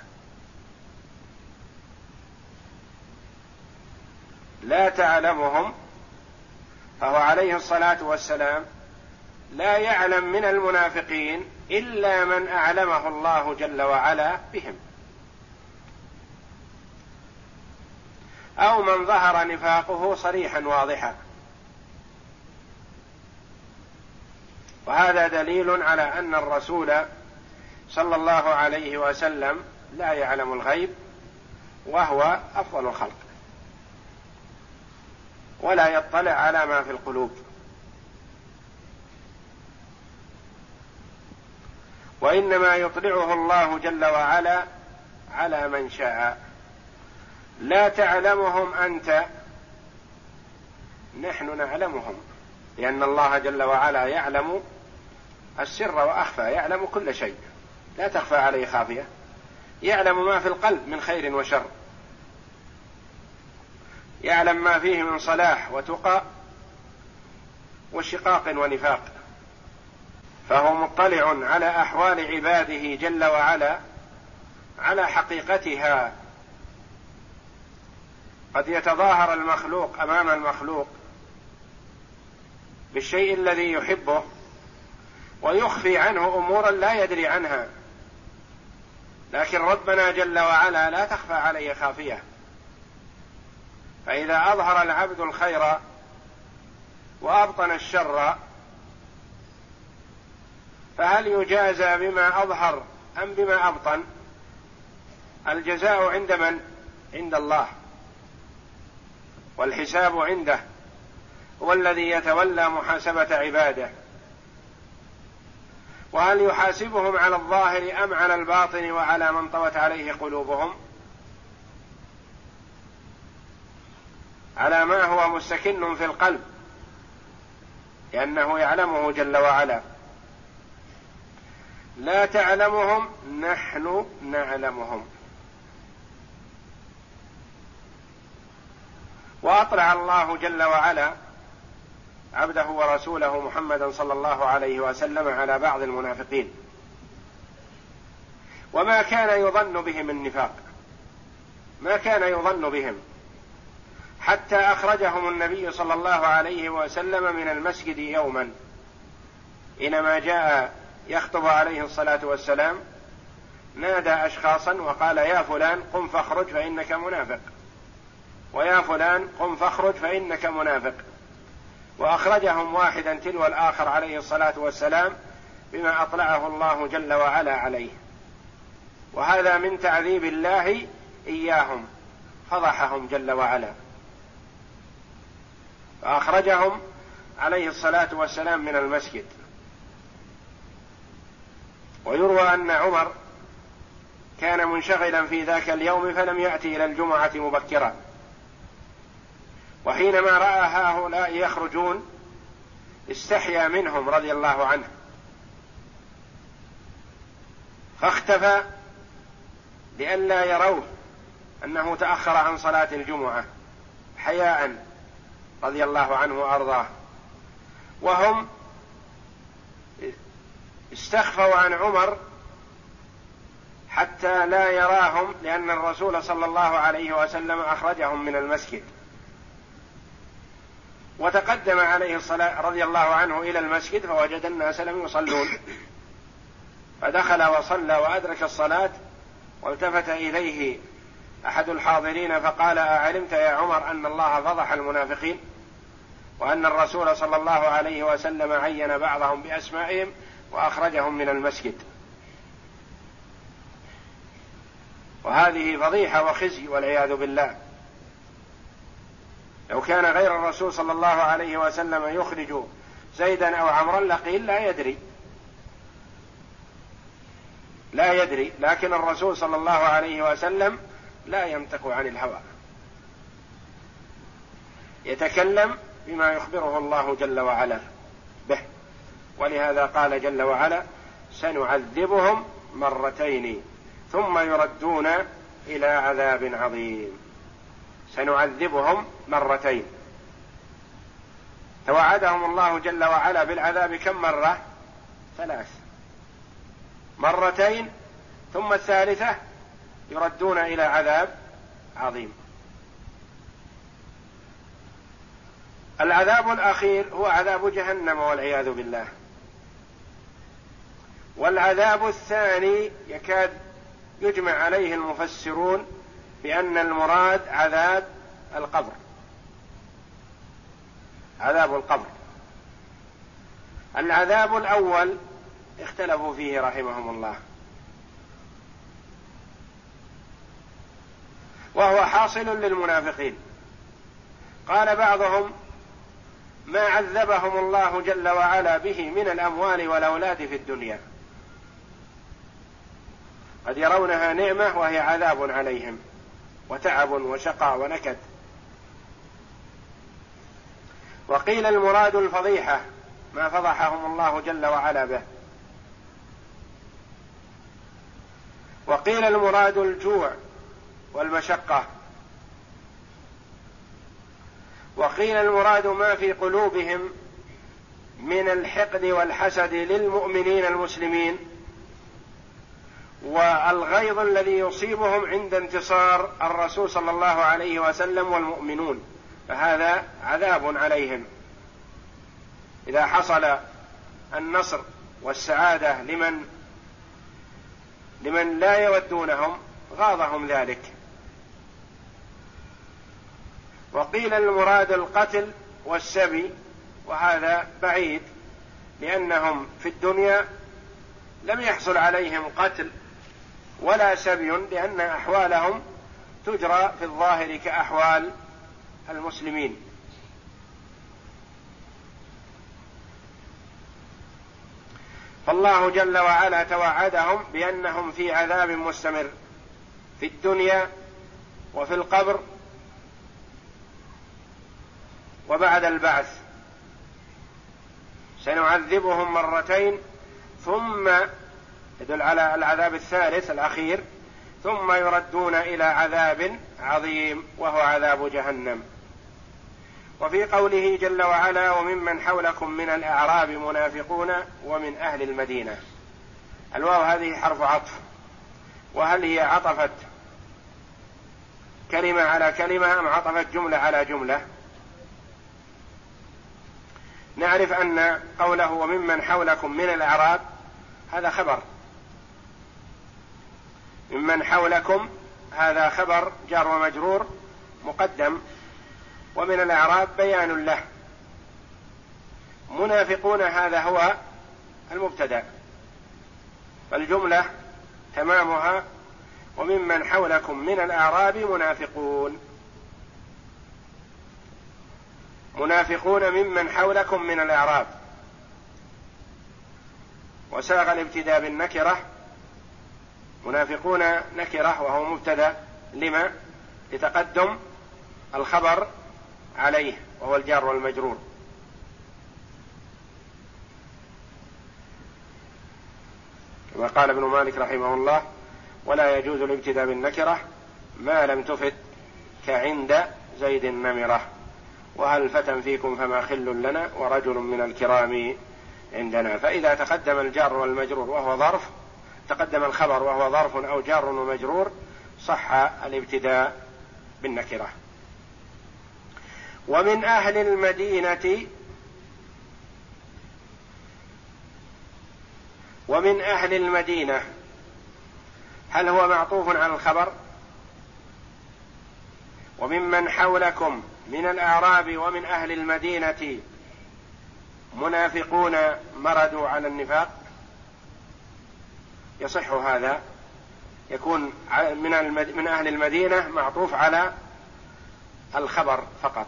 لا تعلمهم، فهو عليه الصلاة والسلام لا يعلم من المنافقين إلا من أعلمه الله جل وعلا بهم، أو من ظهر نفاقه صريحا واضحا. وهذا دليل على أن الرسول صلى الله عليه وسلم لا يعلم الغيب، وهو أفضل الخلق، ولا يطلع على ما في القلوب، وإنما يطلعه الله جل وعلا على من شاء. لا تعلمهم أنت، نحن نعلمهم، لأن الله جل وعلا يعلم السر وأخفى، يعلم كل شيء، لا تخفى عليه خافية، يعلم ما في القلب من خير وشر، يعلم ما فيه من صلاح وتقى وشقاق ونفاق. فهو مطلع على أحوال عباده جل وعلا على حقيقتها. قد يتظاهر المخلوق أمام المخلوق بالشيء الذي يحبه ويخفي عنه أمورا لا يدري عنها، لكن ربنا جل وعلا لا تخفى عليه خافية. فإذا أظهر العبد الخير وأبطن الشر فهل يجازى بما أظهر أم بما أبطن؟ الجزاء عند من؟ عند الله، والحساب عنده، هو الذي يتولى محاسبة عباده. وهل يحاسبهم على الظاهر أم على الباطن وعلى من طوت عليه قلوبهم؟ على ما هو مستكن في القلب، لأنه يعلمه جل وعلا. لا تعلمهم نحن نعلمهم. وأطلع الله جل وعلا عبده ورسوله محمدا صلى الله عليه وسلم على بعض المنافقين وما كان يظن بهم النفاق، ما كان يظن بهم، حتى أخرجهم النبي صلى الله عليه وسلم من المسجد يوما إنما جاء يخطب عليه الصلاة والسلام، نادى أشخاصا وقال: يا فلان قم فاخرج فإنك منافق، ويا فلان قم فاخرج فإنك منافق، وأخرجهم واحدا تلو الآخر عليه الصلاة والسلام بما أطلعه الله جل وعلا عليه. وهذا من تعذيب الله إياهم، فضحهم جل وعلا، فأخرجهم عليه الصلاة والسلام من المسجد. ويروى أن عمر كان منشغلا في ذاك اليوم فلم يأتي إلى الجمعة مبكرا، وحينما رأى هؤلاء يخرجون استحيا منهم رضي الله عنه فاختفى لئلا يروه أنه تأخر عن صلاة الجمعة حياء رضي الله عنه وأرضاه. وهم استخفوا عن عمر حتى لا يراهم، لأن الرسول صلى الله عليه وسلم أخرجهم من المسجد. وتقدم عليه الصلاة رضي الله عنه إلى المسجد فوجد الناس لم يصلون، فدخل وصلى وأدرك الصلاة، والتفت إليه أحد الحاضرين فقال: أعلمت يا عمر أن الله فضح المنافقين وأن الرسول صلى الله عليه وسلم عين بعضهم بأسمائهم وأخرجهم من المسجد؟ وهذه فضيحة وخزي والعياذ بالله. لو كان غير الرسول صلى الله عليه وسلم يخرج زيدا أو عمرا لقيل لا يدري لا يدري لكن الرسول صلى الله عليه وسلم لا ينطق عن الهوى، يتكلم بما يخبره الله جل وعلا به. ولهذا قال جل وعلا: سنعذبهم مرتين ثم يردون إلى عذاب عظيم. سنعذبهم مرتين، توعدهم الله جل وعلا بالعذاب كم مرة؟ ثلاث مرتين، ثم الثالثة يردون إلى عذاب عظيم. العذاب الأخير هو عذاب جهنم والعياذ بالله. والعذاب الثاني يكاد يجمع عليه المفسرون بأن المراد عذاب القبر، عذاب القبر. العذاب الأول اختلفوا فيه رحمهم الله، وهو حاصل للمنافقين. قال بعضهم: ما عذبهم الله جل وعلا به من الأموال والأولاد في الدنيا، قد يرونها نعمة وهي عذاب عليهم وتعب وشقاء ونكد. وقيل المراد الفضيحة، ما فضحهم الله جل وعلا به. وقيل المراد الجوع والمشقة. وقيل المراد ما في قلوبهم من الحقد والحسد للمؤمنين المسلمين، والغيظ الذي يصيبهم عند انتصار الرسول صلى الله عليه وسلم والمؤمنون، فهذا عذاب عليهم. إذا حصل النصر والسعادة لمن لمن لا يودونهم غاضهم ذلك. وقيل المراد القتل والسبي، وهذا بعيد، لأنهم في الدنيا لم يحصل عليهم قتل ولا سبي، لأن أحوالهم تجرى في الظاهر كأحوال المسلمين. فالله جل وعلا توعدهم بأنهم في عذاب مستمر في الدنيا وفي القبر وبعد البعث، سنعذبهم مرتين، ثم يدل على العذاب الثالث الأخير، ثم يردون إلى عذاب عظيم وهو عذاب جهنم. وفي قوله جل وعلا: وممن حولكم من الأعراب منافقون ومن أهل المدينة، الواو هذه حرف عطف، وهل هي عطفت كلمة على كلمة أم عطفت جملة على جملة؟ نعرف أن قوله وممن حولكم من الأعراب هذا خبر، ممن حولكم هذا خبر جار ومجرور مقدم، ومن الأعراب بيان له. منافقون هذا هو المبتدأ، فالجملة تمامها وممن حولكم من الأعراب منافقون، منافقون ممن حولكم من الأعراب، وساق الابتداء بالنكرة، منافقون نكرة وهو مبتدأ، لما؟ لتقدم الخبر عليه وهو الجار والمجرور. كما قال ابن مالك رحمه الله: ولا يجوز الابتداء بالنكرة ما لم تفد كعند زيد النمرة، وهل فتى فيكم فما خل لنا ورجل من الكرام عندنا. فإذا تقدم الجار والمجرور وهو ظرف، تقدم الخبر وهو ظرف أو جار ومجرور، صح الابتداء بالنكرة. ومن أهل المدينة، ومن أهل المدينة هل هو معطوف على الخبر؟ وممن حولكم من الأعراب ومن أهل المدينة منافقون مردوا على النفاق، يصح هذا، يكون من أهل المدينة معطوف على الخبر فقط،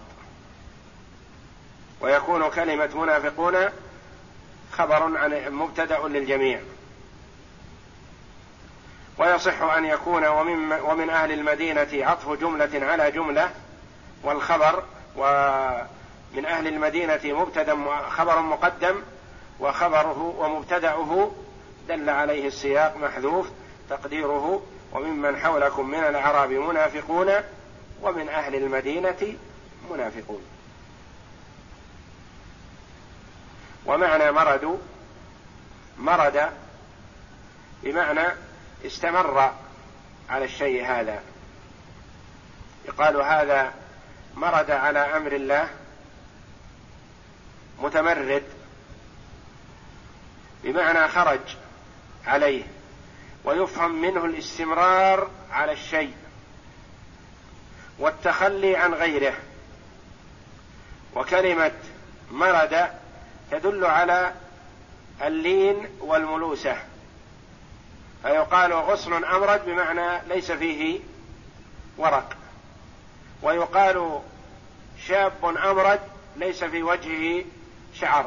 ويكون كلمة منافقون خبر عن مبتدأ للجميع. ويصح أن يكون ومن, ومن أهل المدينة عطف جملة على جملة، والخبر ومن أهل المدينة مبتدأ خبر مقدم، وخبره ومبتدأه دل عليه السياق محذوف، تقديره وممن حولكم من الأعراب منافقون ومن أهل المدينة منافقون. ومعنى مرد، مرد بمعنى استمر على الشيء هذا، يقال هذا مرد على أمر الله، متمرد بمعنى خرج عليه، ويفهم منه الاستمرار على الشيء والتخلي عن غيره. وكلمة مرد تدل على اللين والملوسة، فيقال غصن أمرد بمعنى ليس فيه ورق، ويقال شاب أمرد ليس في وجهه شعر،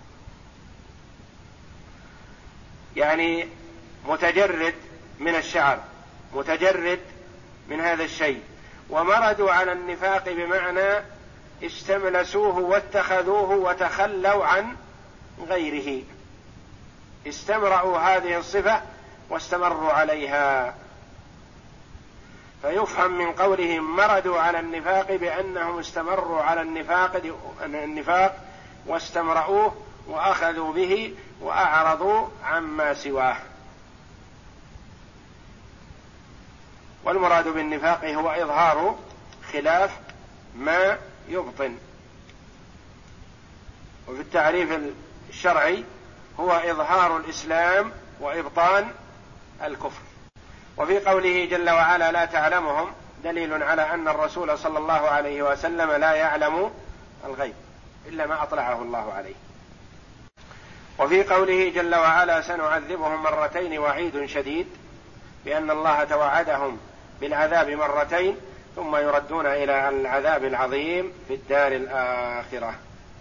يعني متجرد من الشعر، متجرد من هذا الشيء. ومردوا على النفاق بمعنى استملسوه واتخذوه وتخلوا عن غيره، استمرأوا هذه الصفة واستمروا عليها. فيفهم من قولهم مردوا على النفاق بأنهم استمروا على النفاق النفاق واستمرؤوه وأخذوا به وأعرضوا عما سواه. والمراد بالنفاق هو إظهار خلاف ما يبطن، وفي التعريف الشرعي هو إظهار الإسلام وإبطان الكفر. وفي قوله جل وعلا لا تعلمهم دليل على أن الرسول صلى الله عليه وسلم لا يعلم الغيب إلا ما أطلعه الله عليه. وفي قوله جل وعلا سنعذبهم مرتين وعيد شديد، بأن الله توعدهم بالعذاب مرتين ثم يردون إلى العذاب العظيم في الدار الآخرة.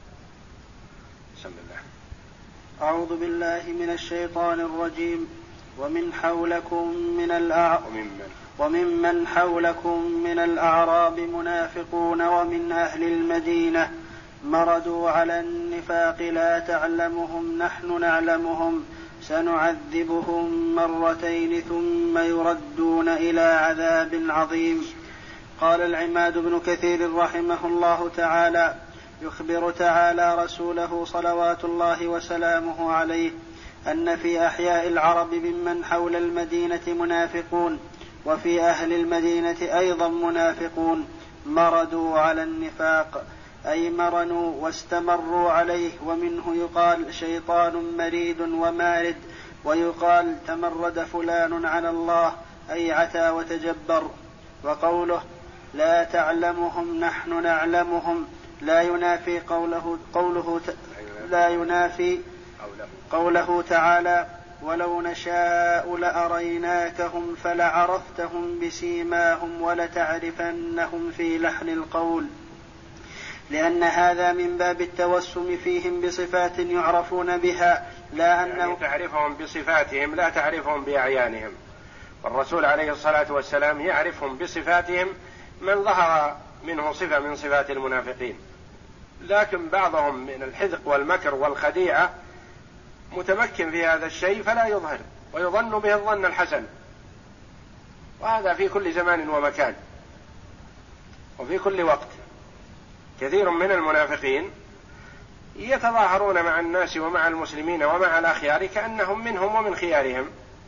بسم الله. أعوذ بالله من الشيطان الرجيم. ومن حولكم من الأعراب وممن وممن حولكم من الأعراب منافقون ومن أهل المدينة مردوا على النفاق لا تعلمهم نحن نعلمهم سنعذبهم مرتين ثم يردون إلى عذاب عظيم. قال العماد بن كثير رحمه الله تعالى: يخبر تعالى رسوله صلوات الله وسلامه عليه أن في أحياء العرب ممن حول المدينة منافقون، وفي أهل المدينة أيضا منافقون مردوا على النفاق، أي مرنوا واستمروا عليه. ومنه يقال شيطان مريد ومارد، ويقال تمرد فلان على الله، أي عتى وتجبر. وقوله لا تعلمهم نحن نعلمهم لا ينافي قوله, قوله لا ينافي قوله تعالى ولو نشاء لأريناكهم فلعرفتهم بسيماهم ولتعرفنهم في لحن القول، لأن هذا من باب التوسم فيهم بصفات يعرفون بها، لا أنه يعني تعرفهم بصفاتهم لا تعرفهم بأعيانهم. والرسول عليه الصلاة والسلام يعرفهم بصفاتهم من ظهر منه صفة من صفات المنافقين، لكن بعضهم من الحذق والمكر والخديعة متمكن في هذا الشيء فلا يظهر، ويظن به الظن الحسن، وهذا في كل زمان ومكان وفي كل وقت. كثير من المنافقين يتظاهرون مع الناس ومع المسلمين ومع الأخيار كأنهم منهم ومن خيارهم،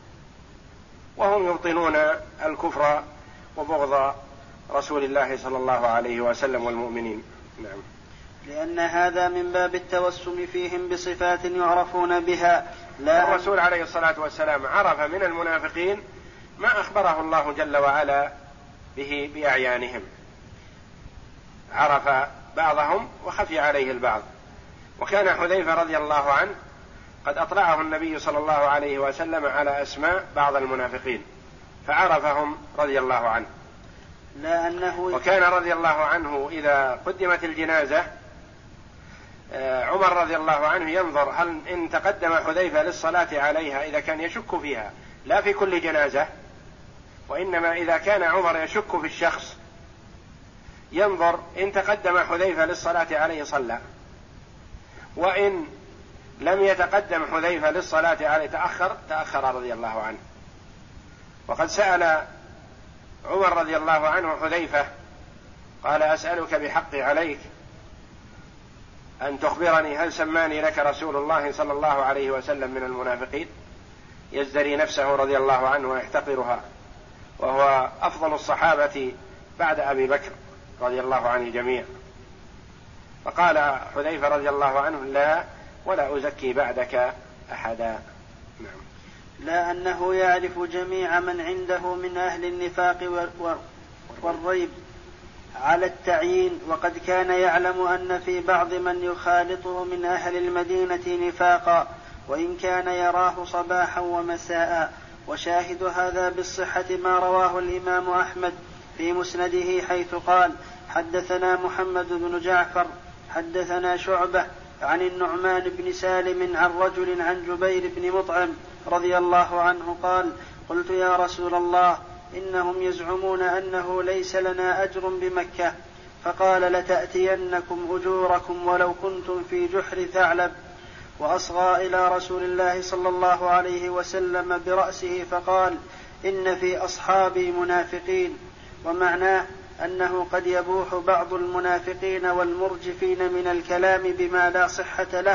وهم يبطنون الكفر وبغض رسول الله صلى الله عليه وسلم والمؤمنين. نعم. لأن هذا من باب التوسم فيهم بصفات يعرفون بها، لا الرسول عليه الصلاة والسلام عرف من المنافقين ما أخبره الله جل وعلا به بأعيانهم، عرف بعضهم وخفي عليه البعض. وكان حذيفة رضي الله عنه قد أطلعه النبي صلى الله عليه وسلم على أسماء بعض المنافقين فعرفهم رضي الله عنه. لا أنه وكان رضي الله عنه إذا قدمت الجنازة عمر رضي الله عنه ينظر هل إن تقدم حذيفة للصلاة عليها إذا كان يشك فيها، لا في كل جنازة، وإنما إذا كان عمر يشك في الشخص ينظر إن تقدم حذيفة للصلاة عليه صلى، وإن لم يتقدم حذيفة للصلاة عليه تأخر تأخر رضي الله عنه. وقد سأل عمر رضي الله عنه حذيفة قال أسألك بحقي عليك أن تخبرني هل سماني لك رسول الله صلى الله عليه وسلم من المنافقين؟ يزدري نفسه رضي الله عنه ويحتقرها، وهو أفضل الصحابة بعد أبي بكر رضي الله عن الجميع. فقال حذيفة رضي الله عنه لا ولا أزكي بعدك أحدا. نعم. لا أنه يعرف جميع من عنده من أهل النفاق والريب على التعيين، وقد كان يعلم أن في بعض من يخالطه من أهل المدينة نفاقا، وإن كان يراه صباحا ومساء. وشاهد هذا بالصحة ما رواه الإمام أحمد في مسنده حيث قال حدثنا محمد بن جعفر حدثنا شعبة عن النعمان بن سالم عن رجل عن جبير بن مطعم رضي الله عنه قال قلت يا رسول الله إنهم يزعمون أنه ليس لنا أجر بمكة، فقال لتأتينكم أجوركم ولو كنتم في جحر ثعلب. وأصغى إلى رسول الله صلى الله عليه وسلم برأسه فقال إن في أصحابي منافقين، ومعناه أنه قد يبوح بعض المنافقين والمرجفين من الكلام بما لا صحة له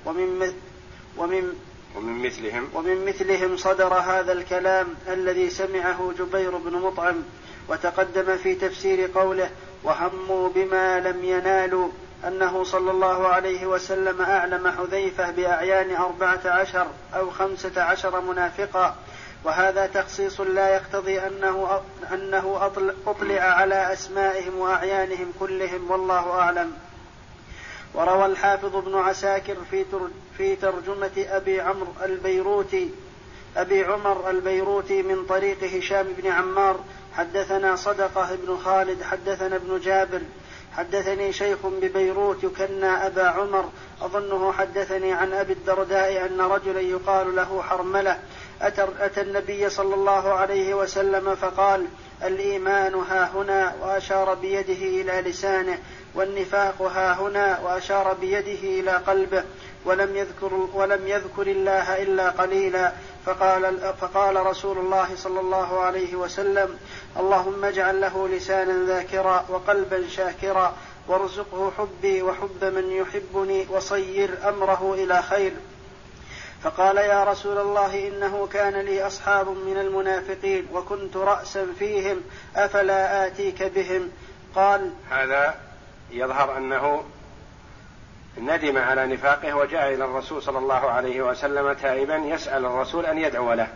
ومن ومن ومن مثلهم ومن مثلهم صدر هذا الكلام الذي سمعه جبير بن مطعم. وتقدم في تفسير قوله وهموا بما لم ينالوا أنه صلى الله عليه وسلم أعلم حذيفة بأعيان أربعة عشر أو خمسة عشر منافقا، وهذا تخصيص لا يقتضي أنه, أنه أطلع على أسمائهم وأعيانهم كلهم، والله أعلم. وروى الحافظ ابن عساكر في ترجمة أبي عمرو البيروتي أبي عمر البيروتي من طريق هشام بن عمار حدثنا صدقة بن خالد حدثنا ابن جابر حدثني شيخ ببيروت يكنى أبا عمر أظنه حدثني عن أبي الدرداء أن رجلا يقال له حرملة أتى النبي صلى الله عليه وسلم فقال الإيمان ها هنا وأشار بيده إلى لسانه، والنفاق ها هنا وأشار بيده إلى قلبه، ولم يذكر, ولم يذكر الله إلا قليلا. فقال, فقال رسول الله صلى الله عليه وسلم اللهم اجعل له لسانا ذاكرا وقلبا شاكرا وارزقه حبي وحب من يحبني وصير أمره إلى خير. فقال يا رسول الله إنه كان لي أصحاب من المنافقين وكنت رأسا فيهم أفلا آتيك بهم؟ قال هذا يظهر أنه ندم على نفاقه وجاء إلى الرسول صلى الله عليه وسلم تائبا يسأل الرسول أن يدعو له،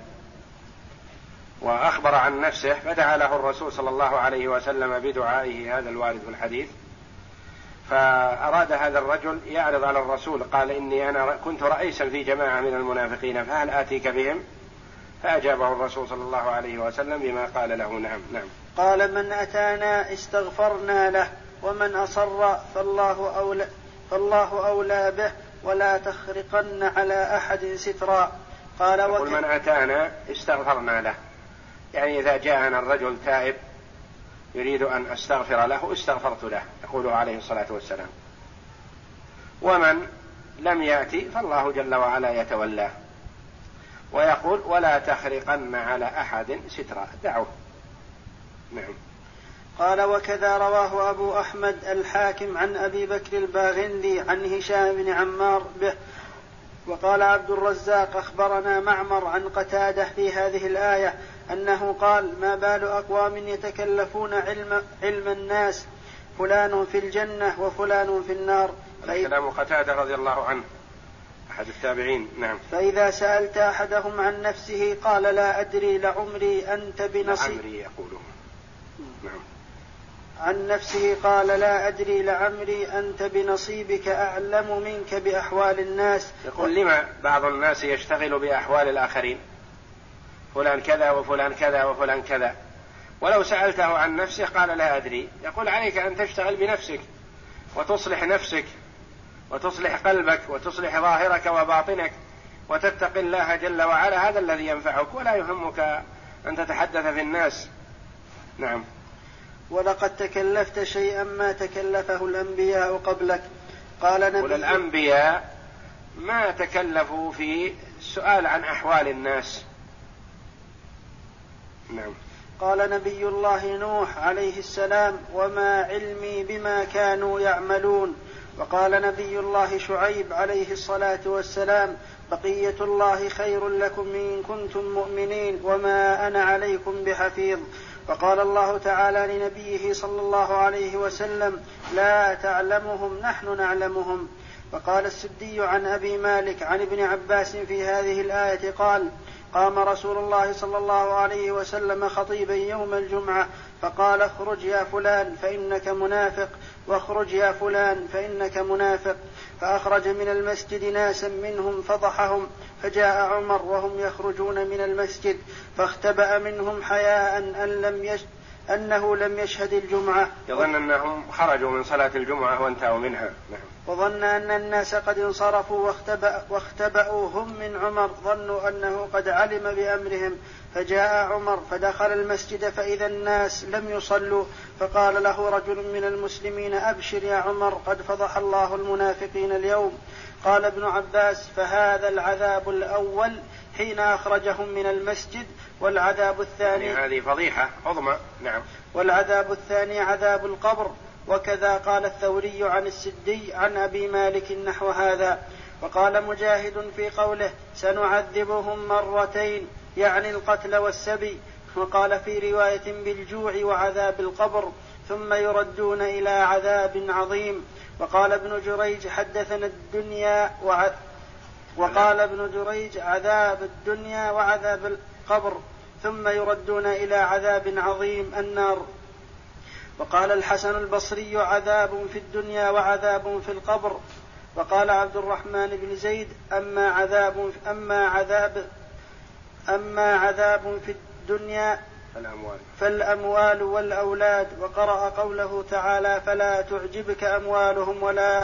وأخبر عن نفسه فدعا له الرسول صلى الله عليه وسلم بدعائه هذا الوارد في الحديث. فأراد هذا الرجل يعرض على الرسول قال إني أنا كنت رئيسا في جماعة من المنافقين فهل آتيك بهم؟ فأجابه الرسول صلى الله عليه وسلم بما قال له نعم نعم. قال من أتانا استغفرنا له ومن أصر فالله أولى, فالله أولى به ولا تخرقن على أحد سترا. قال وك... من أتانا استغفرنا له، يعني إذا جاءنا الرجل تائب يريد أن أستغفر له استغفرت له، يقول عليه الصلاة والسلام. ومن لم يأتي فالله جل وعلا يتولاه، ويقول ولا تخرقن على أحد سترا، دعوه. نعم. قال وكذا رواه أبو أحمد الحاكم عن أبي بكر الباغندي عن هشام بن عمار به. وقال عبد الرزاق أخبرنا معمر عن قتادة في هذه الآية أنه قال ما بال أقوام يتكلفون علم, علم الناس فلان في الجنة وفلان في النار. كلام قتادة رضي الله عنه أحد التابعين. نعم. فإذا سألت أحدهم عن نفسه قال لا أدري لعمري أنت بنصيب لعمري يقوله. نعم. عن نفسه قال لا أدري لعمري أنت بنصيبك أعلم منك بأحوال الناس. يقول لما بعض الناس يشتغل بأحوال الآخرين، فلان كذا وفلان كذا وفلان كذا، ولو سألته عن نفسه قال لا أدري. يقول عليك أن تشتغل بنفسك وتصلح نفسك وتصلح قلبك وتصلح ظاهرك وباطنك وتتقي الله جل وعلا، هذا الذي ينفعك، ولا يهمك أن تتحدث في الناس. نعم. ولقد تكلفت شيئا ما تكلفه الأنبياء قبلك. قال نبي الأنبياء ما تكلفوا في السؤال عن أحوال الناس. نعم. قال نبي الله نوح عليه السلام وما علمي بما كانوا يعملون. وقال نبي الله شعيب عليه الصلاة والسلام بقية الله خير لكم إن كنتم مؤمنين وما أنا عليكم بحفيظ. وقال الله تعالى لنبيه صلى الله عليه وسلم لا تعلمهم نحن نعلمهم. وقال السدي عن أبي مالك عن ابن عباس في هذه الآية قال قام رسول الله صلى الله عليه وسلم خطيبا يوم الجمعة فقال اخرج يا فلان فإنك منافق، واخرج يا فلان فإنك منافق. فأخرج من المسجد ناسا منهم فضحهم، فجاء عمر وهم يخرجون من المسجد فاختبأ منهم حياء أن لم يش... أنه لم يشهد الجمعة، يظن أنهم خرجوا من صلاة الجمعة وانتهوا منها. نعم. وظن أن الناس قد انصرفوا واختبأ واختبأوا هم من عمر، ظنوا أنه قد علم بأمرهم. فجاء عمر فدخل المسجد فإذا الناس لم يصلوا، فقال له رجل من المسلمين أبشر يا عمر قد فضح الله المنافقين اليوم. قال ابن عباس فهذا العذاب الأول حين أخرجهم من المسجد، والعذاب الثاني يعني هذه فضيحة عظمى. نعم. والعذاب الثاني عذاب القبر. وكذا قال الثوري عن السدي عن أبي مالك نحو هذا. وقال مجاهد في قوله سنعذبهم مرتين يعني القتل والسبي. وقال في رواية بالجوع وعذاب القبر ثم يردون إلى عذاب عظيم. وقال ابن جريج حدثنا الدنيا وع... وقال ابن جريج عذاب الدنيا وعذاب القبر ثم يردون إلى عذاب عظيم النار. وقال الحسن البصري عذاب في الدنيا وعذاب في القبر. وقال عبد الرحمن بن زيد أما عذاب, أما عذاب, أما عذاب في الدنيا فالأموال. فالأموال والأولاد. وقرأ قوله تعالى فلا تعجبك أموالهم ولا